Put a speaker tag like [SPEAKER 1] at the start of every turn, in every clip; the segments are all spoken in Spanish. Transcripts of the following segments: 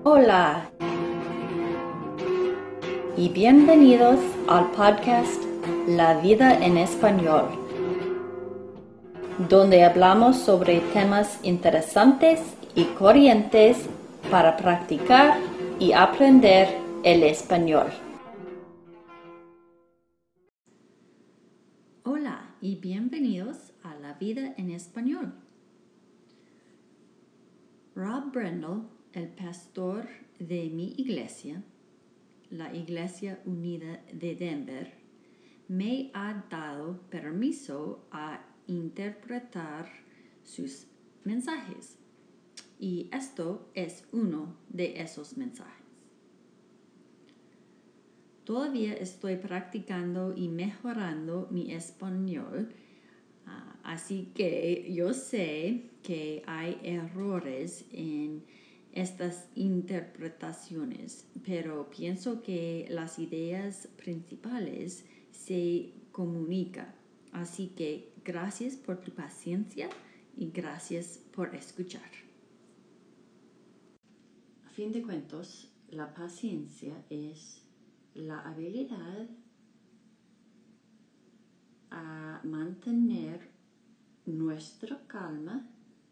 [SPEAKER 1] Hola y bienvenidos al podcast La Vida en Español, donde hablamos sobre temas interesantes y corrientes para practicar y aprender el español. Hola y bienvenidos a La Vida en Español. Rob Brendel, el pastor de mi iglesia, la Iglesia Unida de Denver, me ha dado permiso a interpretar sus mensajes. Y esto es uno de esos mensajes. Todavía estoy practicando y mejorando mi español, así que yo sé que hay errores en estas interpretaciones, pero pienso que las ideas principales se comunican. Así que gracias por tu paciencia y gracias por escuchar. A fin de cuentas, la paciencia es la habilidad a mantener nuestra calma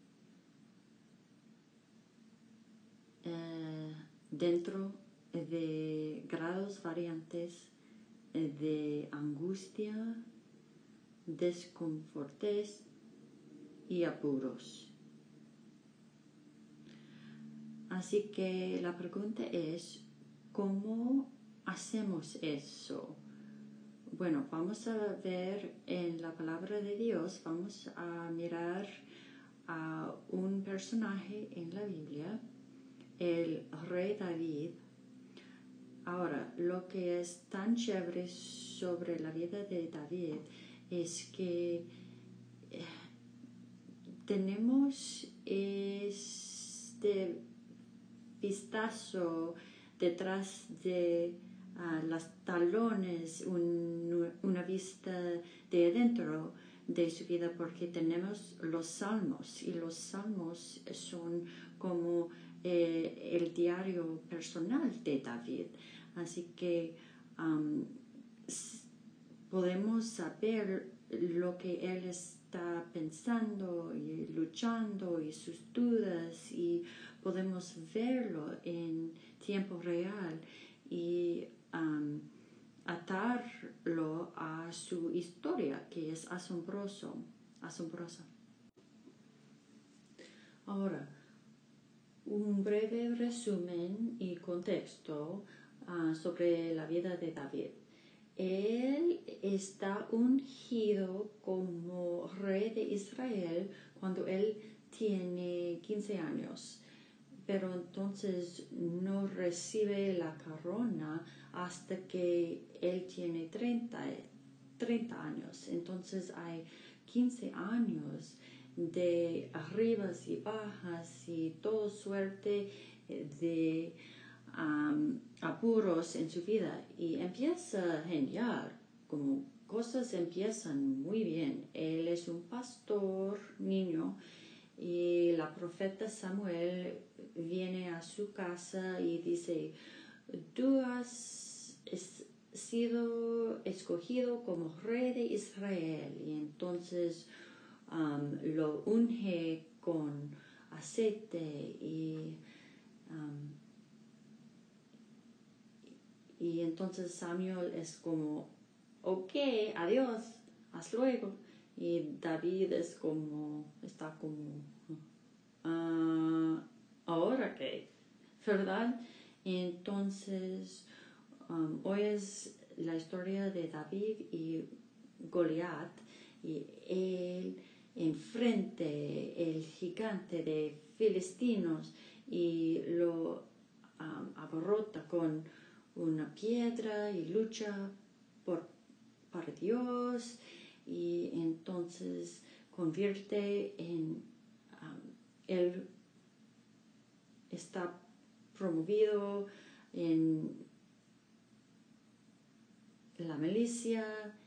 [SPEAKER 1] dentro de grados variantes de angustia, desconfortes y apuros. Así que la pregunta es, ¿cómo hacemos eso? Bueno, vamos a ver en la palabra de Dios, vamos a mirar a un personaje en la Biblia, el rey David. Ahora, lo que es tan chévere sobre la vida de David es que tenemos este vistazo detrás de los talones, una vista de adentro de su vida, porque tenemos los salmos, y los salmos son como el diario personal de David. Así que podemos saber lo que él está pensando y luchando y sus dudas, y podemos verlo en tiempo real y atarlo a su historia, que es asombrosa. Ahora, un breve resumen y contexto sobre la vida de David. Él está ungido como rey de Israel cuando él tiene 15 años, pero entonces no recibe la corona hasta que él tiene 30 años. Entonces hay 15 años de arribas y bajas y toda suerte de apuros en su vida, y empieza genial, como cosas empiezan muy bien. Él es un pastor niño y la profeta Samuel viene a su casa y dice: tú has sido escogido como rey de Israel. Y entonces lo unge con aceite y entonces Samuel es como, ok, adiós, hasta luego. Y David está como, ¿ahora qué? ¿Verdad? Entonces, hoy es la historia de David y Goliat, y él enfrente el gigante de filistinos y lo abarrota con una piedra y lucha para Dios, y entonces convierte en él está promovido en la milicia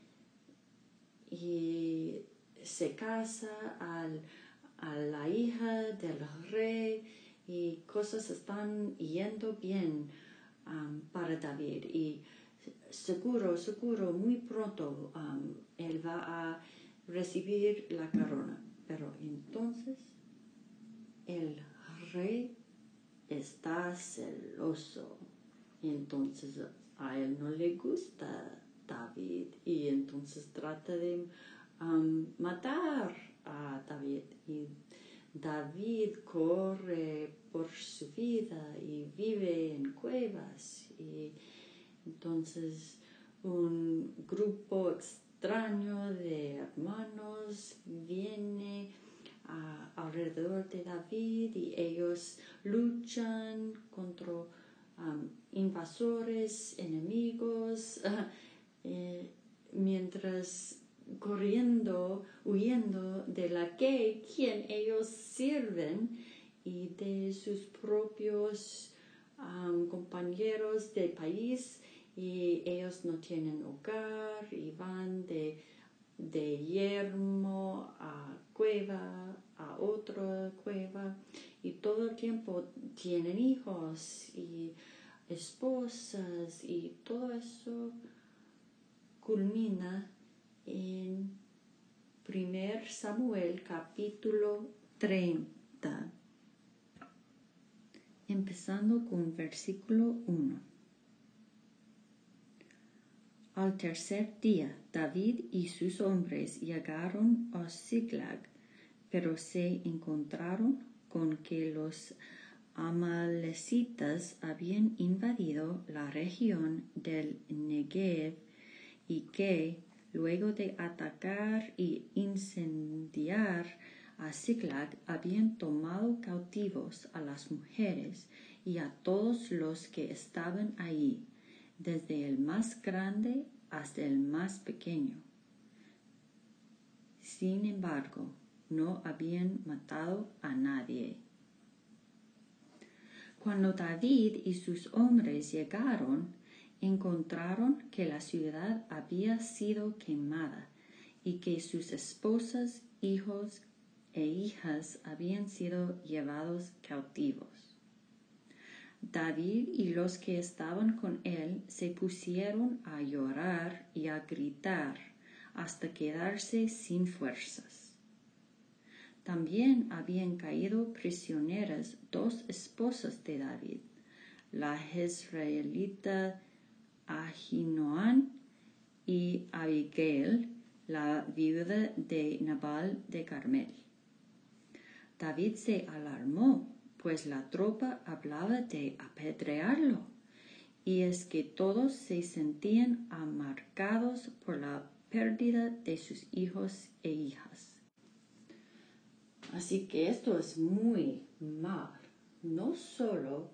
[SPEAKER 1] y se casa a la hija del rey, y cosas están yendo bien para David y seguro, muy pronto él va a recibir la corona. Pero entonces el rey está celoso. Entonces a él no le gusta David y entonces trata de matar a David. Y David corre por su vida y vive en cuevas. Y entonces un grupo extraño de hermanos viene alrededor de David y ellos luchan contra invasores, enemigos, mientras huyendo de la quien ellos sirven y de sus propios compañeros del país, y ellos no tienen hogar y van de yermo a cueva, a otra cueva, y todo el tiempo tienen hijos y esposas, y todo eso culmina en 1 Samuel capítulo 30, empezando con versículo 1. Al tercer día, David y sus hombres llegaron a Ziklag, pero se encontraron con que los amalecitas habían invadido la región del Negev y que, luego de atacar y incendiar a Ziklag, habían tomado cautivos a las mujeres y a todos los que estaban allí, desde el más grande hasta el más pequeño. Sin embargo, no habían matado a nadie. Cuando David y sus hombres llegaron, encontraron que la ciudad había sido quemada y que sus esposas, hijos e hijas habían sido llevados cautivos. David y los que estaban con él se pusieron a llorar y a gritar hasta quedarse sin fuerzas. También habían caído prisioneras 2 esposas de David, la jezreelita Ahinoam y Abigail, la viuda de Nabal de Carmel. David se alarmó, pues la tropa hablaba de apedrearlo, y es que todos se sentían amargados por la pérdida de sus hijos e hijas. Así que esto es muy mal. No solo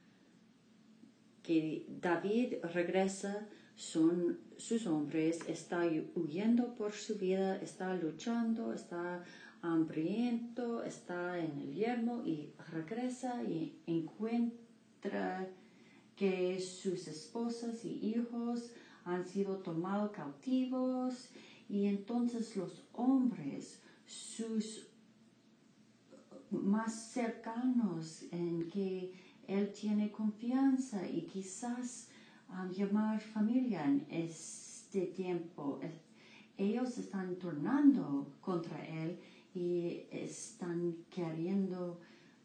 [SPEAKER 1] que David regresa, son sus hombres, está huyendo por su vida, está luchando, está hambriento, está en el yermo y regresa y encuentra que sus esposas y hijos han sido tomados cautivos, y entonces los hombres, sus más cercanos en que él tiene confianza y quizás llamar familia en este tiempo, ellos están tornando contra él y están queriendo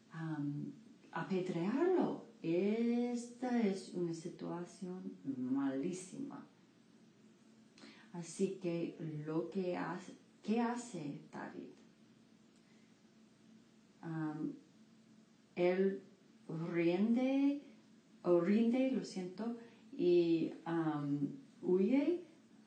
[SPEAKER 1] apedrearlo. Esta es una situación malísima. Así que ¿qué hace David? Él rinde, y huye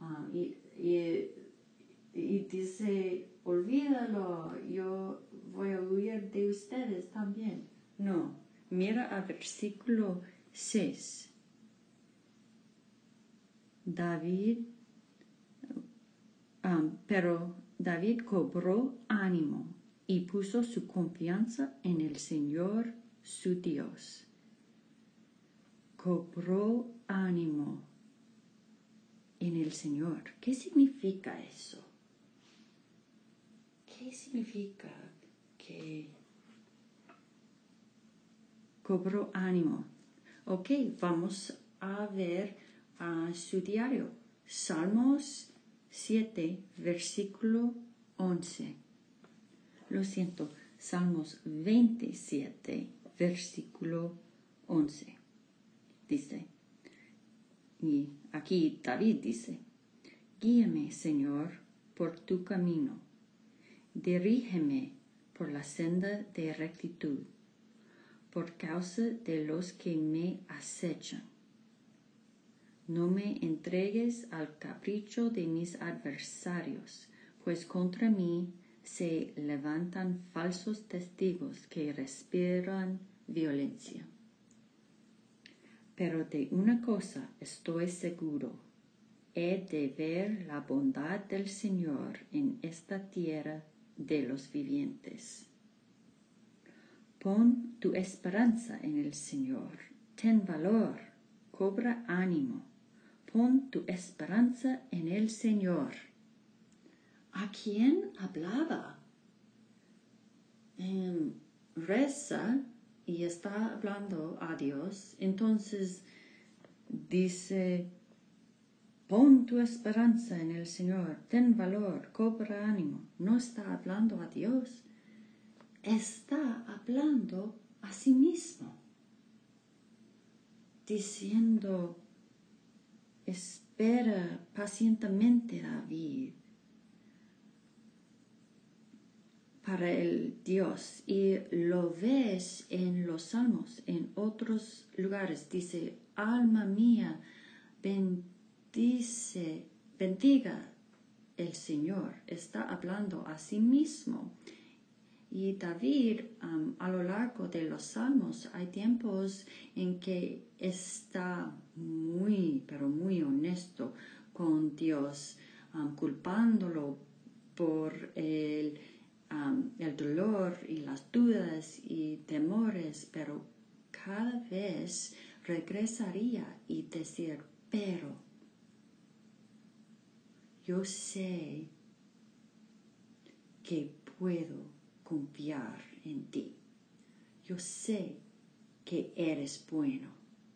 [SPEAKER 1] y dice, olvídalo, yo voy a huir de ustedes también. No, mira a versículo 6. Pero David cobró ánimo y puso su confianza en el Señor su Dios. Cobró ánimo en el Señor. ¿Qué significa eso? ¿Qué significa que cobró ánimo. Ok, vamos a ver su diario. Salmos 7, versículo 11. Lo siento, Salmos 27, versículo 11. Dice, y aquí David dice, guíame, Señor, por tu camino. Dirígeme por la senda de rectitud, por causa de los que me acechan. No me entregues al capricho de mis adversarios, pues contra mí se levantan falsos testigos que respiran violencia. Pero de una cosa estoy seguro, he de ver la bondad del Señor en esta tierra de los vivientes. Pon tu esperanza en el Señor, ten valor, cobra ánimo, pon tu esperanza en el Señor. ¿A quién hablaba? Reza y está hablando a Dios. Entonces dice, pon tu esperanza en el Señor, ten valor, cobra ánimo. No está hablando a Dios, está hablando a sí mismo, diciendo, espera pacientemente, David, para el Dios. Y lo ves en los salmos, en otros lugares. Dice, alma mía, bendiga el Señor. Está hablando a sí mismo. Y David, a lo largo de los salmos, hay tiempos en que está muy, pero muy honesto con Dios, culpándolo por el dolor y las dudas y temores, pero cada vez regresaría y decir, pero yo sé que puedo confiar en ti. Yo sé que eres bueno.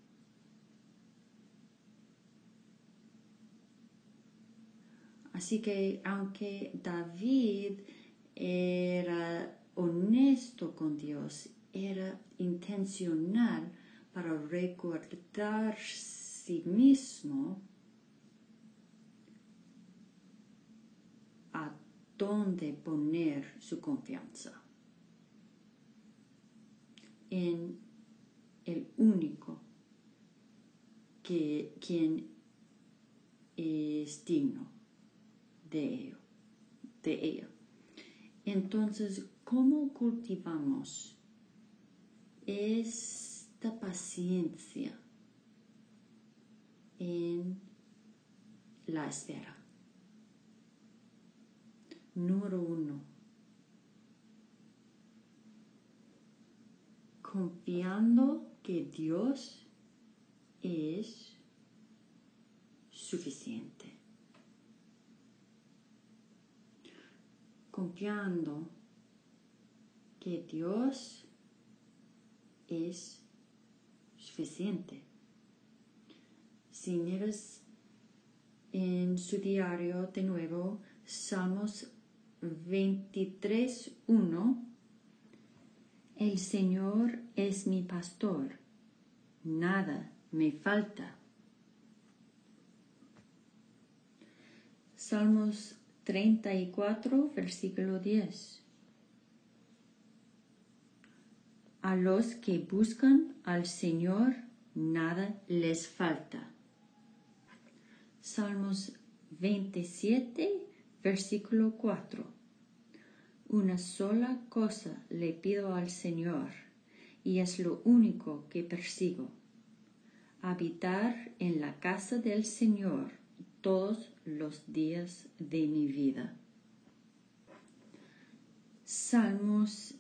[SPEAKER 1] Así que aunque David era honesto con Dios, era intencional para recordar sí mismo a dónde poner su confianza. En el único quien es digno de ello. Entonces, ¿cómo cultivamos esta paciencia en la espera? Número 1, confiando que Dios es suficiente. Confiando que Dios es suficiente. Si miras en su diario de nuevo, Salmos 23:1, el Señor es mi pastor, nada me falta. Salmos 34, versículo 10. A los que buscan al Señor, nada les falta. Salmos 27, versículo 4. Una sola cosa le pido al Señor, y es lo único que persigo: habitar en la casa del Señor todos los días de mi vida. Salmos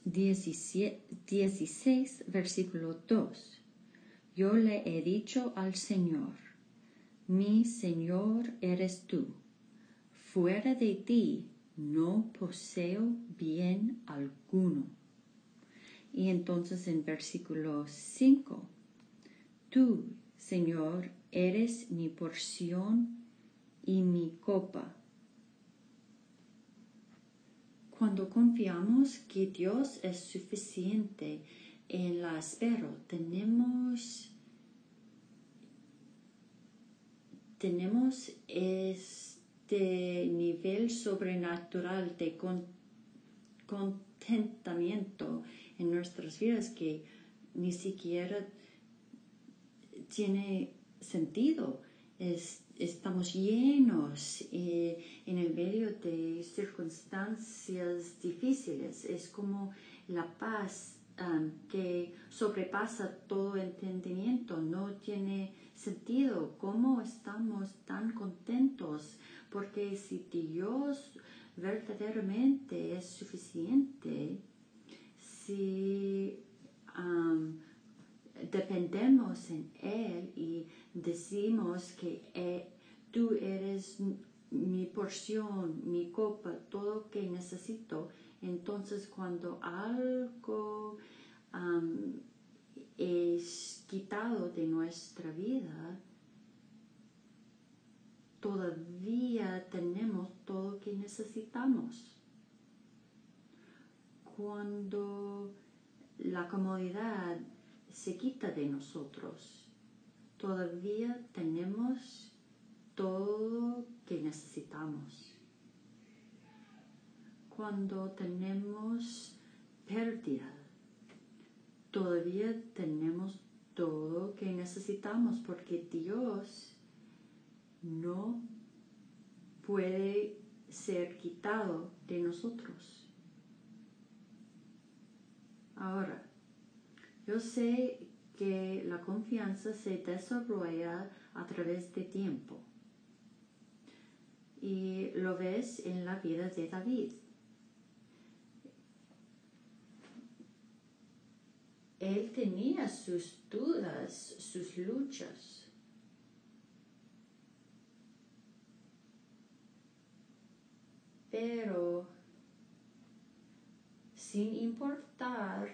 [SPEAKER 1] 16, versículo 2. Yo le he dicho al Señor, mi Señor eres tú. Fuera de ti no poseo bien alguno. Y entonces en versículo 5, tú, Señor, eres mi porción y mi copa. Cuando confiamos que Dios es suficiente en la espera, tenemos este nivel sobrenatural de contentamiento en nuestras vidas que ni siquiera tiene sentido. Estamos llenos en el medio de circunstancias difíciles. Es como la paz que sobrepasa todo entendimiento. No tiene sentido. ¿Cómo estamos tan contentos? Porque si Dios verdaderamente es suficiente, si dependemos en Él y decimos que tú eres mi porción, mi copa, todo que necesito, entonces cuando algo es quitado de nuestra vida, todavía tenemos todo lo que necesitamos. Cuando la comodidad se quita de nosotros, todavía tenemos todo que necesitamos. Cuando tenemos pérdida, todavía tenemos todo que necesitamos, porque Dios no puede ser quitado de nosotros. Ahora, yo sé que la confianza se desarrolla a través de tiempo. Y lo ves en la vida de David. Él tenía sus dudas, sus luchas. Pero sin importar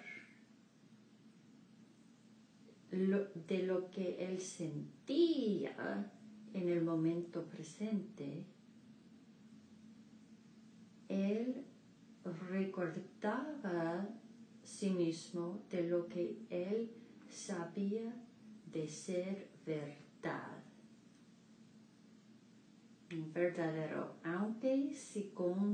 [SPEAKER 1] de lo que él sentía en el momento presente, él recordaba sí mismo de lo que él sabía de ser verdad. Verdadero, aunque si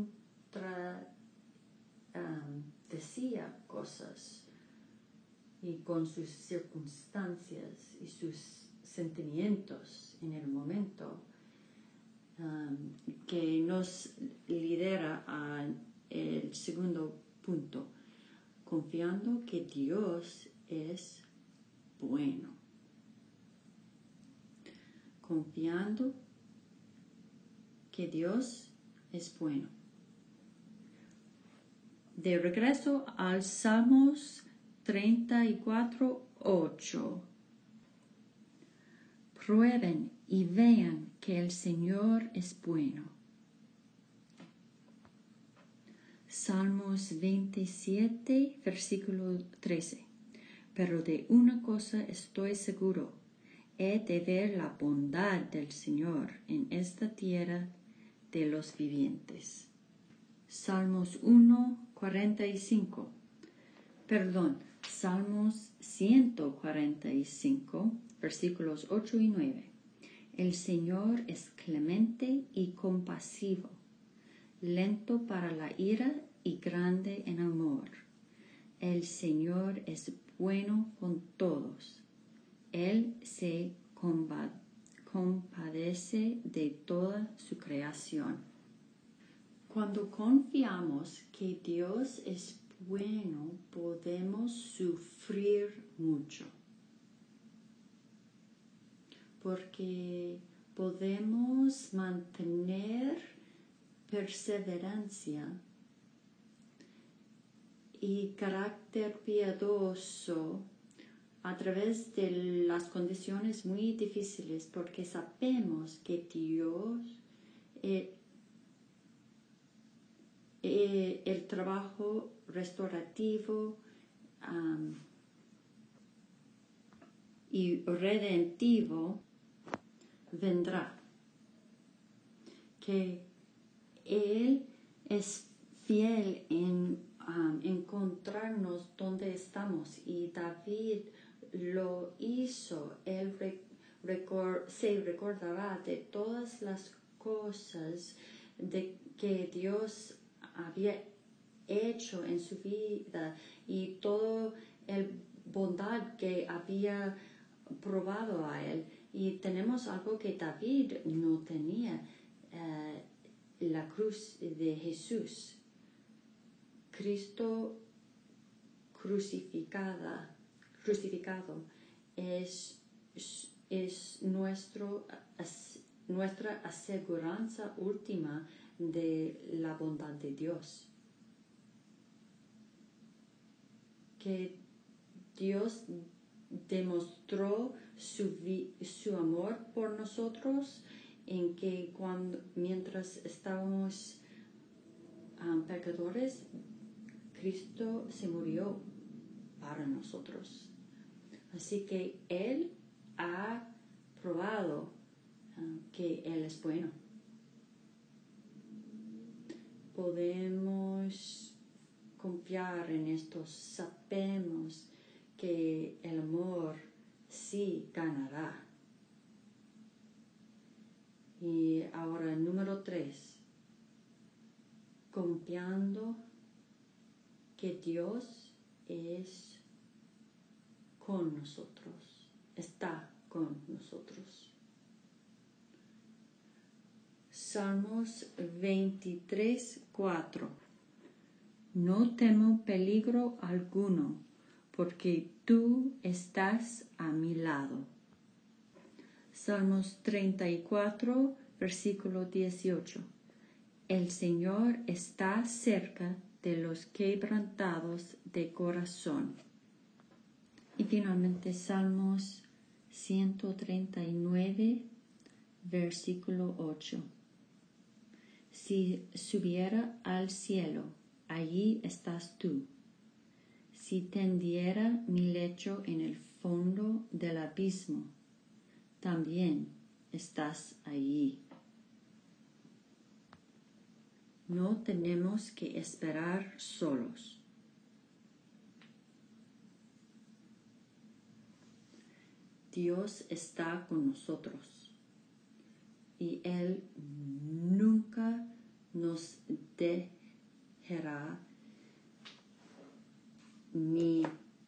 [SPEAKER 1] decía cosas y con sus circunstancias y sus sentimientos en el momento, que nos lidera al segundo punto, confiando que Dios es bueno. Confiando que Dios es bueno. De regreso al Salmos 34:8. Prueben y vean que el Señor es bueno. Salmos 27, versículo 13. Pero de una cosa estoy seguro, he de ver la bondad del Señor en esta tierra de los vivientes. Salmos 1:45. Salmos 145, versículos 8 y 9. El Señor es clemente y compasivo, lento para la ira y grande en amor. El Señor es bueno con todos. Él se compadece de toda su creación. Cuando confiamos que Dios es bueno, podemos sufrir mucho. Porque podemos mantener perseverancia y carácter piadoso a través de las condiciones muy difíciles, porque sabemos que Dios, el trabajo restaurativo y redentivo vendrá. Que Él es fiel en encontrarnos donde estamos, y David lo hizo. Él se recordará de todas las cosas que Dios había hecho en su vida y toda la bondad que había probado a él. Y tenemos algo que David no tenía, la cruz de Jesús. Cristo crucificado es nuestra aseguranza última de la bondad de Dios. Que Dios demostró su amor por nosotros en que mientras estábamos pecadores, Cristo se murió para nosotros. Así que Él ha probado que Él es bueno. Podemos confiar en esto. Sabemos que el amor sí ganará. Y ahora, número 3. Confiando que Dios es con nosotros, está con nosotros. Salmos 23:4. No temo peligro alguno, porque tú estás a mi lado. Salmos 34, versículo 18. El Señor está cerca de los quebrantados de corazón. Y finalmente Salmos 139, versículo 8. Si subiera al cielo, allí estás tú. Si tendiera mi lecho en el fondo del abismo, también estás allí. No tenemos que esperar solos. Dios está con nosotros y Él nunca nos dejará ni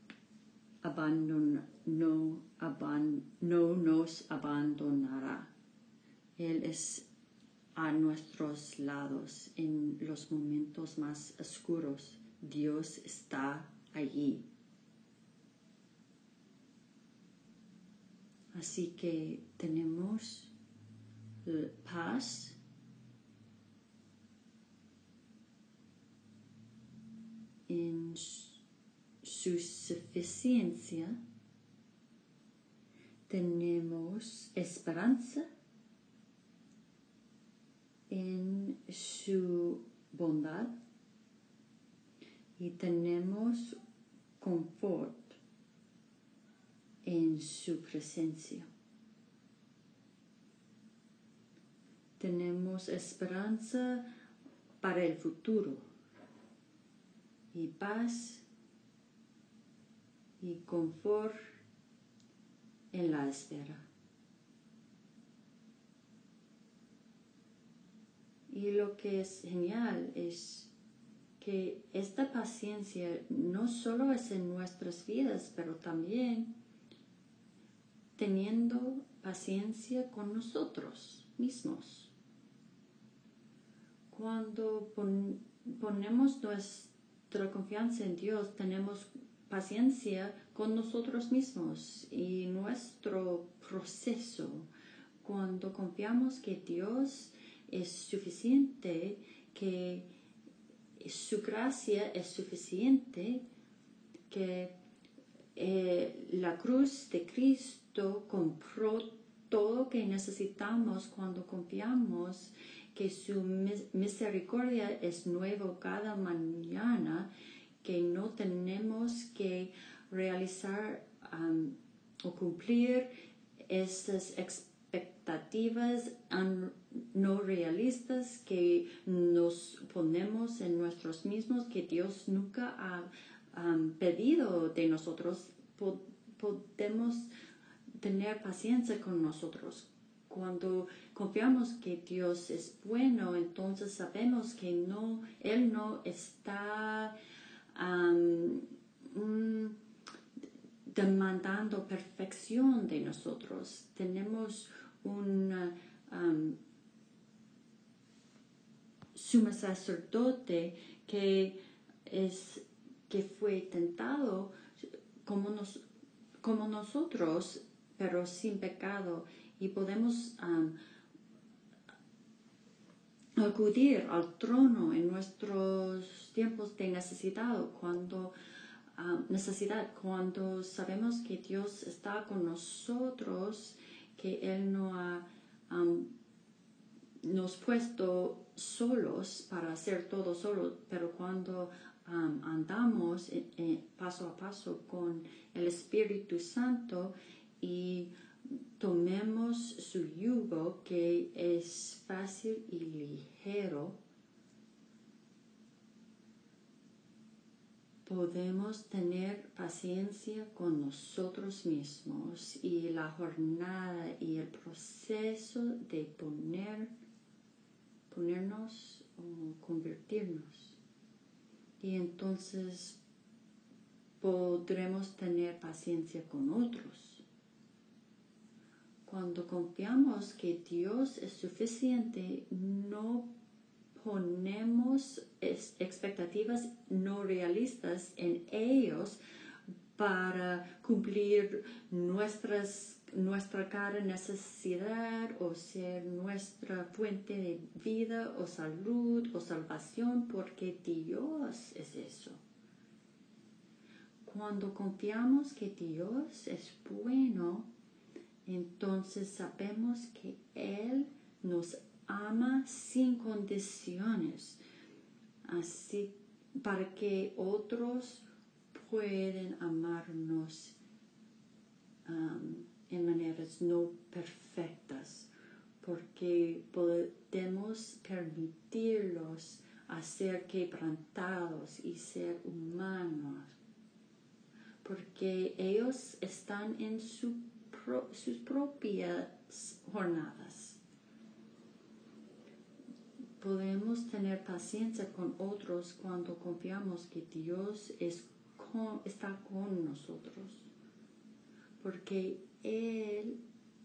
[SPEAKER 1] no nos abandonará. Él es a nuestros lados en los momentos más oscuros. Dios está allí. Así que tenemos paz en su suficiencia. Tenemos esperanza en su bondad y tenemos confort en su presencia. Tenemos esperanza para el futuro y paz y confort en la espera. Y lo que es genial es que esta paciencia no solo es en nuestras vidas, pero también teniendo paciencia con nosotros mismos. Cuando ponemos nuestra confianza en Dios, tenemos paciencia con nosotros mismos y nuestro proceso. Cuando confiamos que Dios es suficiente, que su gracia es suficiente, que la cruz de Cristo compró todo lo que necesitamos cuando confiamos que su misericordia es nueva cada mañana que no tenemos que realizar o cumplir estas expectativas no realistas que nos ponemos en nosotros mismos, que Dios nunca ha pedido de nosotros. Podemos tener paciencia con nosotros. Cuando confiamos que Dios es bueno, entonces sabemos que Él no está demandando perfección de nosotros. Tenemos un sumo sacerdote que fue tentado como nosotros, pero sin pecado, y podemos acudir al trono en nuestros tiempos de necesidad, cuando sabemos que Dios está con nosotros, que Él no ha nos puesto solos para hacer todo solo, pero cuando andamos paso a paso con el Espíritu Santo y tomemos su yugo, que es fácil y ligero, podemos tener paciencia con nosotros mismos, y la jornada y el proceso de ponernos o convertirnos. Y entonces podremos tener paciencia con otros. Cuando confiamos que Dios es suficiente, no ponemos expectativas no realistas en ellos para cumplir nuestra cada necesidad o ser nuestra fuente de vida o salud o salvación, porque Dios es eso. Cuando confiamos que Dios es bueno, entonces sabemos que Él nos ama sin condiciones, así para que otros pueden amarnos en maneras no perfectas, porque podemos permitirlos a ser quebrantados y ser humanos, porque ellos están en sus propias jornadas. Podemos tener paciencia con otros cuando confiamos que Dios está con nosotros, porque Él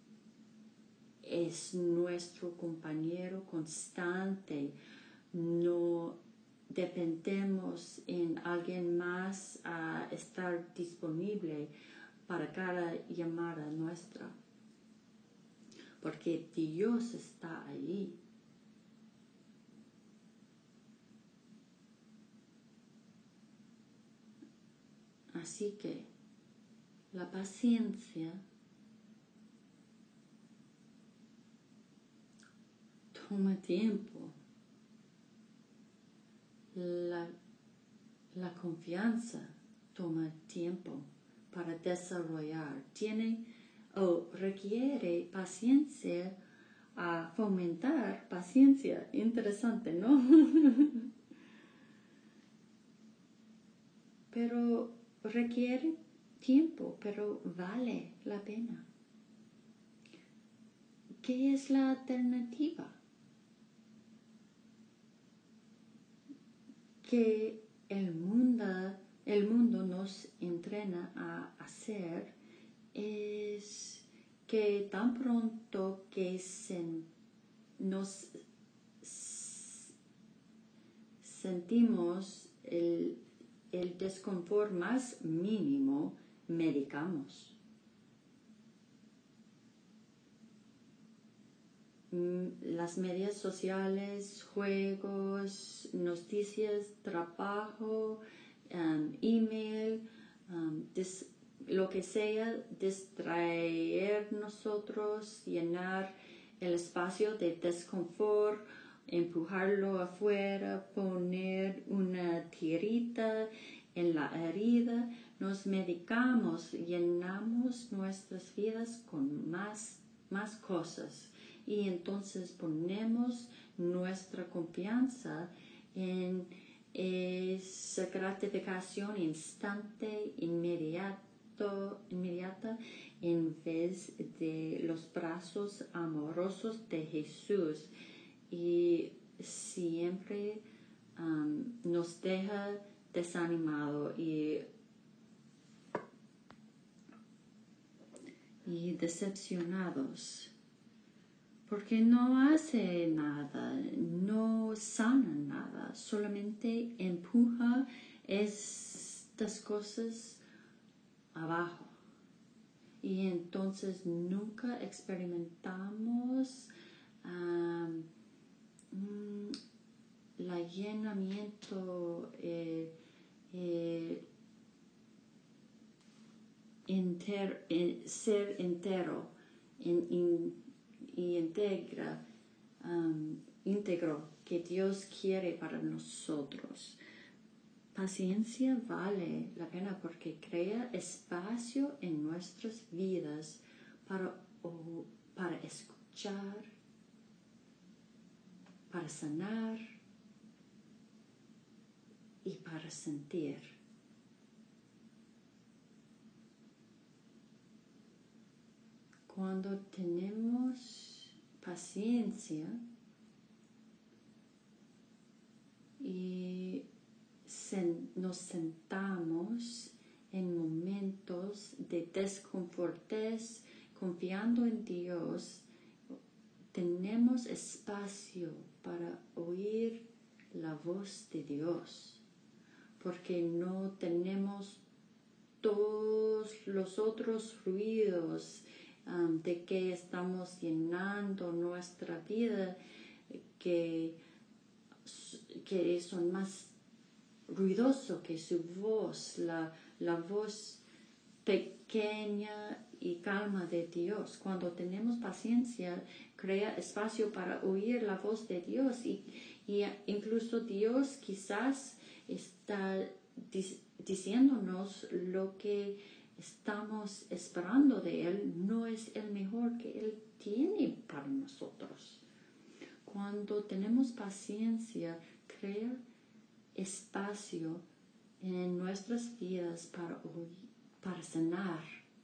[SPEAKER 1] es nuestro compañero constante. No dependemos en alguien más a estar disponible para cada llamada nuestra, porque Dios está ahí. Así que la paciencia toma tiempo. La confianza toma tiempo para desarrollar. Requiere paciencia a fomentar paciencia. Interesante, ¿no? Pero requiere tiempo, pero vale la pena. ¿Qué es la alternativa? Que el mundo nos entrena a hacer es que tan pronto que nos sentimos el desconfort más mínimo, medicamos. Las medias sociales, juegos, noticias, trabajo, email, lo que sea, distraer nosotros, llenar el espacio de desconfort, empujarlo afuera, poner una tirita en la herida, nos medicamos, llenamos nuestras vidas con más cosas y entonces ponemos nuestra confianza en esa gratificación inmediata en vez de los brazos amorosos de Jesús, y siempre nos deja desanimado y decepcionados, porque no hace nada, no sana nada, solamente empuja estas cosas abajo. Y entonces nunca experimentamos el llenamiento ser entero y íntegro que Dios quiere para nosotros. Paciencia vale la pena porque crea espacio en nuestras vidas para escuchar, para sanar y para sentir. Cuando tenemos paciencia y nos sentamos en momentos de desconfortes confiando en Dios, tenemos espacio para oír la voz de Dios, porque no tenemos todos los otros ruidos de que estamos llenando nuestra vida que son más ruidosos que su voz, la voz pequeña y calma de Dios. Cuando tenemos paciencia, crea espacio para oír la voz de Dios y incluso Dios quizás está diciéndonos lo que estamos esperando de Él no es el mejor que Él tiene para nosotros. Cuando tenemos paciencia, crea espacio en nuestras vidas para sanar.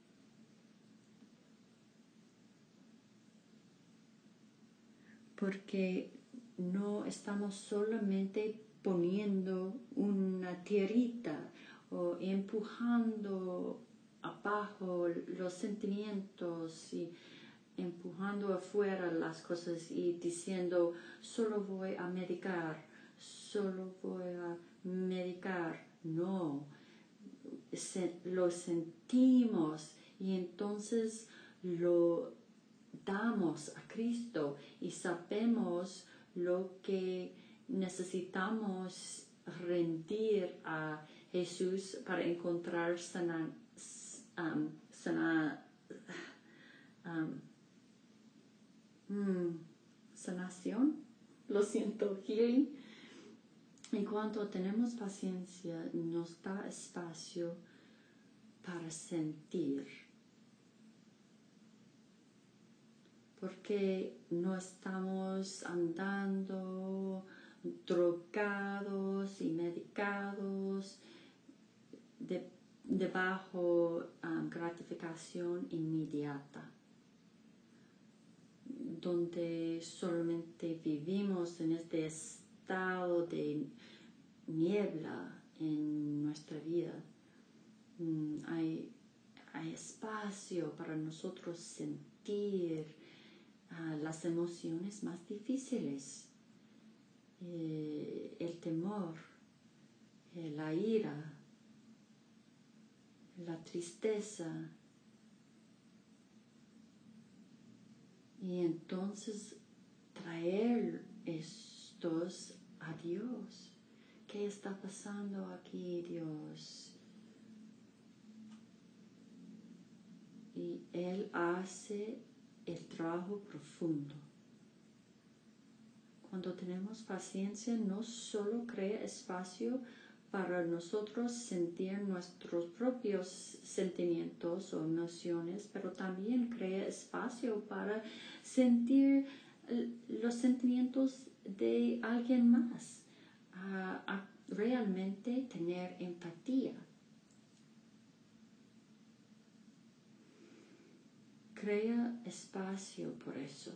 [SPEAKER 1] Porque no estamos solamente poniendo una tierrita o empujando abajo los sentimientos y empujando afuera las cosas y diciendo solo voy a medicar. No, lo sentimos y entonces lo damos a Cristo y sabemos lo que necesitamos rendir a Jesús para encontrar sanación, lo siento, healing. Y cuando tenemos paciencia, nos da espacio para sentir. Porque no estamos andando drogados y medicados debajo gratificación inmediata, donde solamente vivimos en este estado de niebla en nuestra vida. Hay espacio para nosotros sentir las emociones más difíciles, el temor, la ira, la tristeza, y entonces traer estos a Dios. ¿Qué está pasando aquí, Dios? Y Él hace el trabajo profundo. Cuando tenemos paciencia, no solo crea espacio para nosotros sentir nuestros propios sentimientos o emociones, pero también crea espacio para sentir los sentimientos de alguien más, a realmente tener empatía. Crea espacio para eso.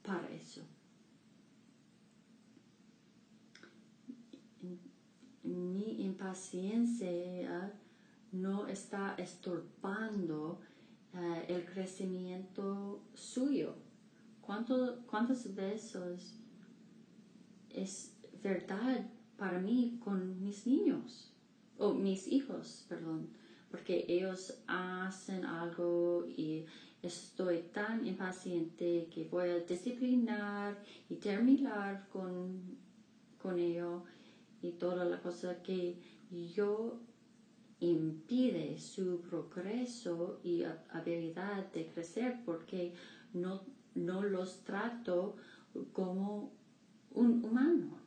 [SPEAKER 1] Mi impaciencia no está estorbando el crecimiento suyo. ¿Cuántas veces es verdad para mí con mis niños, o mis hijos, perdón, porque ellos hacen algo y estoy tan impaciente que voy a disciplinar y terminar con ello, y toda la cosa que yo impide su progreso y habilidad de crecer, porque no los trato como un humano.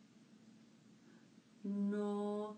[SPEAKER 1] No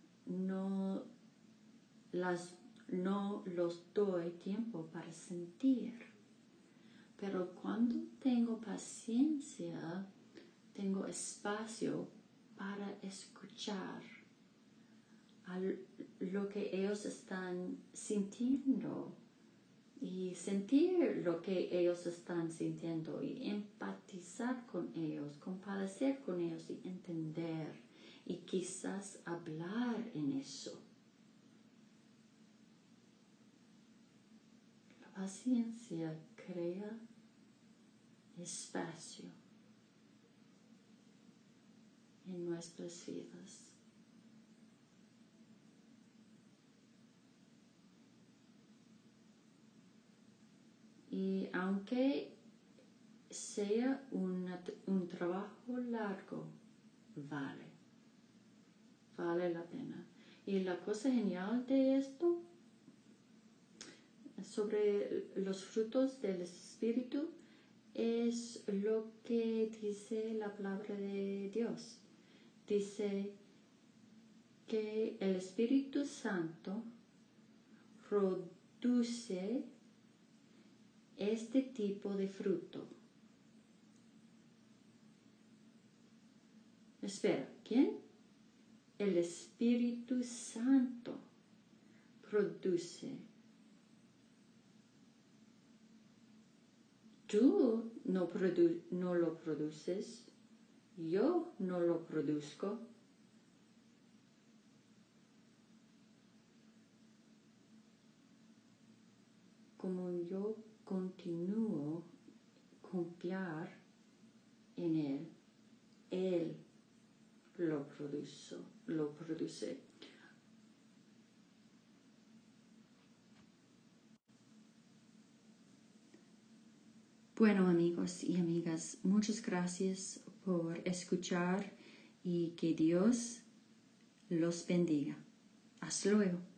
[SPEAKER 1] los doy tiempo para sentir. Pero cuando tengo paciencia, tengo espacio para escuchar a lo que ellos están sintiendo y sentir lo que ellos están sintiendo y empatizar con ellos, compadecer con ellos y entender y quizás hablar en eso. La paciencia crea espacio en nuestras vidas. Y aunque sea un trabajo largo, vale la pena. Y la cosa genial de esto, sobre los frutos del Espíritu, es lo que dice la palabra de Dios. Dice que el Espíritu Santo produce este tipo de fruto. Espera, ¿quién? El Espíritu Santo produce. Tú no lo produces, yo no lo produzco. Como yo continúo a confiar en Él lo produce. Bueno, amigos y amigas, muchas gracias por escuchar y que Dios los bendiga. Hasta luego.